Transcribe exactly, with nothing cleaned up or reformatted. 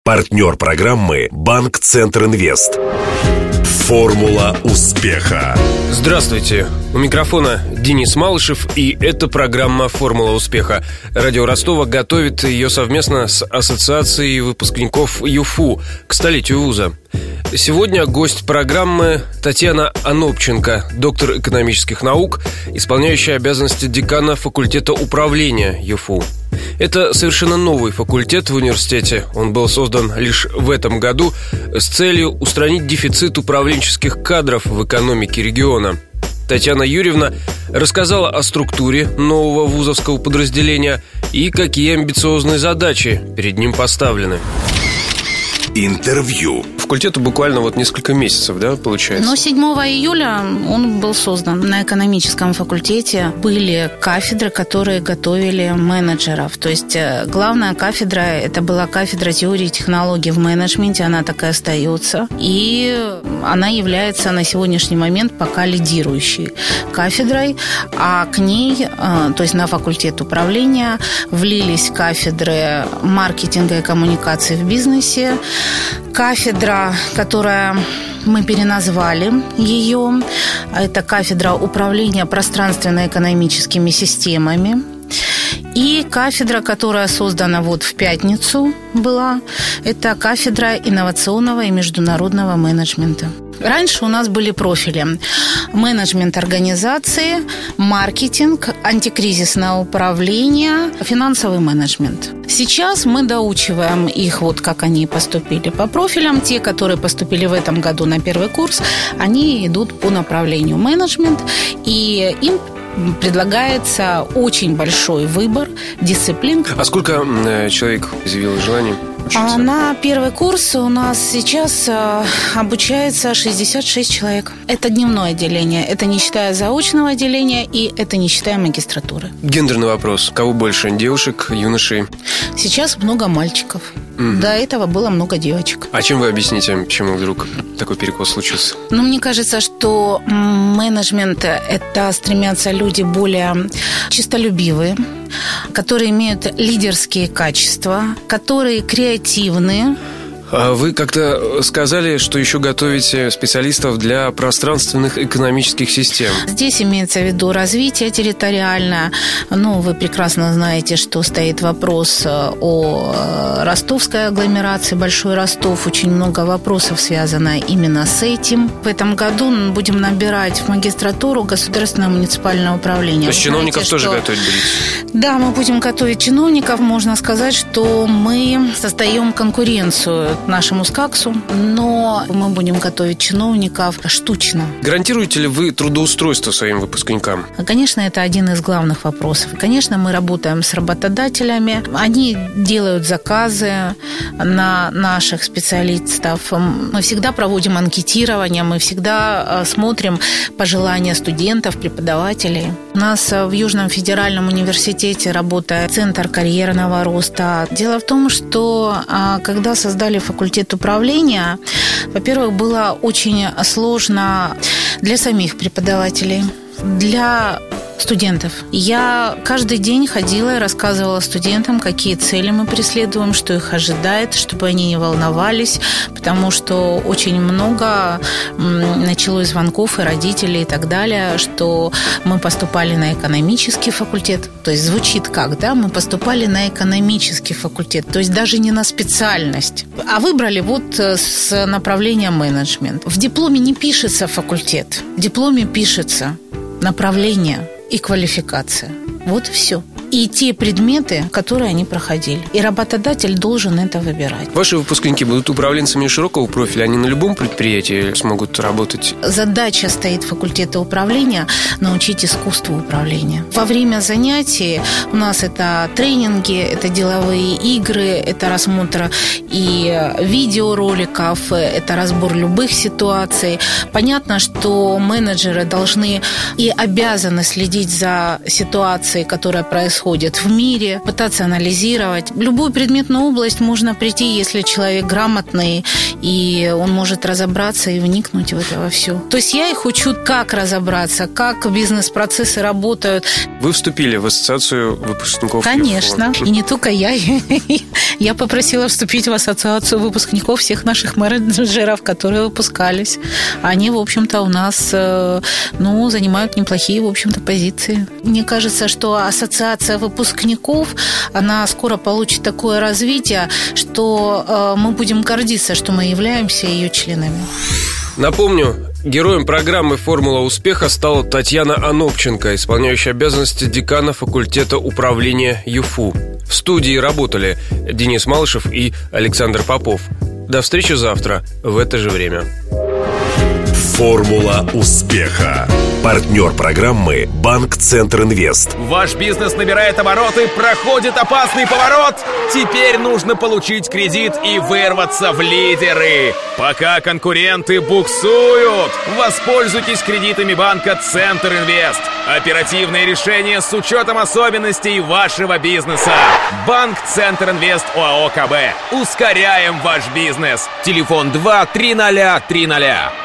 Партнер программы «Банк Центр Инвест». Формула успеха. Здравствуйте, у микрофона Денис Малышев, и это программа «Формула успеха». Радио Ростова готовит ее совместно с Ассоциацией выпускников ЮФУ к столетию вуза. Сегодня гость программы Татьяна Анопченко, доктор экономических наук, исполняющая обязанности декана факультета управления ЮФУ. Это совершенно новый факультет в университете. Он был создан лишь в этом году с целью устранить дефицит управленческих кадров в экономике региона. Татьяна Юрьевна рассказала о структуре нового вузовского подразделения и какие амбициозные задачи перед ним поставлены. Интервью. Факультету буквально вот несколько месяцев, да, получается? Ну, седьмого июля он был создан. На экономическом факультете были кафедры, которые готовили менеджеров. То есть главная кафедра, это была кафедра теории и технологий в менеджменте, она так и остается. И она является на сегодняшний момент пока лидирующей кафедрой. А к ней, то есть на факультет управления, влились кафедры маркетинга и коммуникации в бизнесе, кафедра, которая мы переназвали ее, это кафедра управления пространственно-экономическими системами. И кафедра, которая создана вот в пятницу была, это кафедра инновационного и международного менеджмента. Раньше у нас были профили: менеджмент организации, маркетинг, антикризисное управление, финансовый менеджмент. Сейчас мы доучиваем их, вот как они поступили по профилям. Те, которые поступили в этом году на первый курс, они идут по направлению менеджмент, и им предлагается очень большой выбор дисциплин. А сколько человек изъявило желание учиться? А на первый курс у нас сейчас обучается шестьдесят шесть человек. Это дневное отделение, это не считая заочного отделения, и это не считая магистратуры. Гендерный вопрос. Кого больше? Девушек, юношей? Сейчас много мальчиков. Угу. До этого было много девочек. А чем вы объясните, почему вдруг такой перекос случился? Ну, мне кажется, что менеджмент – это стремятся люди более честолюбивые, которые имеют лидерские качества, которые креативны. А вы как-то сказали, что еще готовите специалистов для пространственных экономических систем. Здесь имеется в виду развитие территориальное. Ну, вы прекрасно знаете, что стоит вопрос о ростовской агломерации, Большой Ростов. Очень много вопросов связано именно с этим. В этом году мы будем набирать в магистратуру государственное муниципальное управление. То есть чиновников знаете, тоже что... готовить будете? Да, мы будем готовить чиновников. Можно сказать, что мы создаем конкуренцию нашему СКАКСу, но мы будем готовить чиновников штучно. Гарантируете ли вы трудоустройство своим выпускникам? Конечно, это один из главных вопросов. Конечно, мы работаем с работодателями. Они делают заказы на наших специалистов. Мы всегда проводим анкетирование, мы всегда смотрим пожелания студентов, преподавателей. У нас в Южном федеральном университете работает Центр карьерного роста. Дело в том, что когда создали факультет управления, во-первых, было очень сложно для самих преподавателей, для студентов. Я каждый день ходила и рассказывала студентам, какие цели мы преследуем, что их ожидает, чтобы они не волновались, потому что очень много началось звонков и родителей и так далее, что мы поступали на экономический факультет. То есть звучит как, да? Мы поступали на экономический факультет, то есть даже не на специальность, а выбрали вот с направления менеджмент. В дипломе не пишется факультет, в дипломе пишется направление и квалификация. Вот и все. И те предметы, которые они проходили. И работодатель должен это выбирать. Ваши выпускники будут управленцами широкого профиля? Они на любом предприятии смогут работать? Задача стоит факультета управления – научить искусству управления. Во время занятий у нас это тренинги, это деловые игры, это рассмотр и видеороликов, это разбор любых ситуаций. Понятно, что менеджеры должны и обязаны следить за ситуацией, которая происходит происходит в мире, пытаться анализировать. В любую предметную область можно прийти, если человек грамотный, и он может разобраться и вникнуть в это во все. То есть я их учу, как разобраться, как бизнес-процессы работают. Вы вступили в ассоциацию выпускников Конечно, ЮФУ. и не только я. Я попросила вступить в ассоциацию выпускников всех наших менеджеров, которые выпускались. Они, в общем-то, у нас, ну, занимают неплохие, в общем-то, позиции. Мне кажется, что ассоциация выпускников, она скоро получит такое развитие, что мы будем гордиться, что мы являемся ее членами. Напомню, героем программы «Формула успеха» стала Татьяна Анопченко, исполняющая обязанности декана факультета управления ЮФУ. В студии работали Денис Малышев и Александр Попов. До встречи завтра в это же время. «Формула успеха». Партнер программы «Банк Центр Инвест». Ваш бизнес набирает обороты, проходит опасный поворот. Теперь нужно получить кредит и вырваться в лидеры. Пока конкуренты буксуют, воспользуйтесь кредитами банка Центр Инвест. Оперативные решения с учетом особенностей вашего бизнеса. Банк Центр Инвест ОАО КБ. Ускоряем ваш бизнес. Телефон два три ноль три ноль.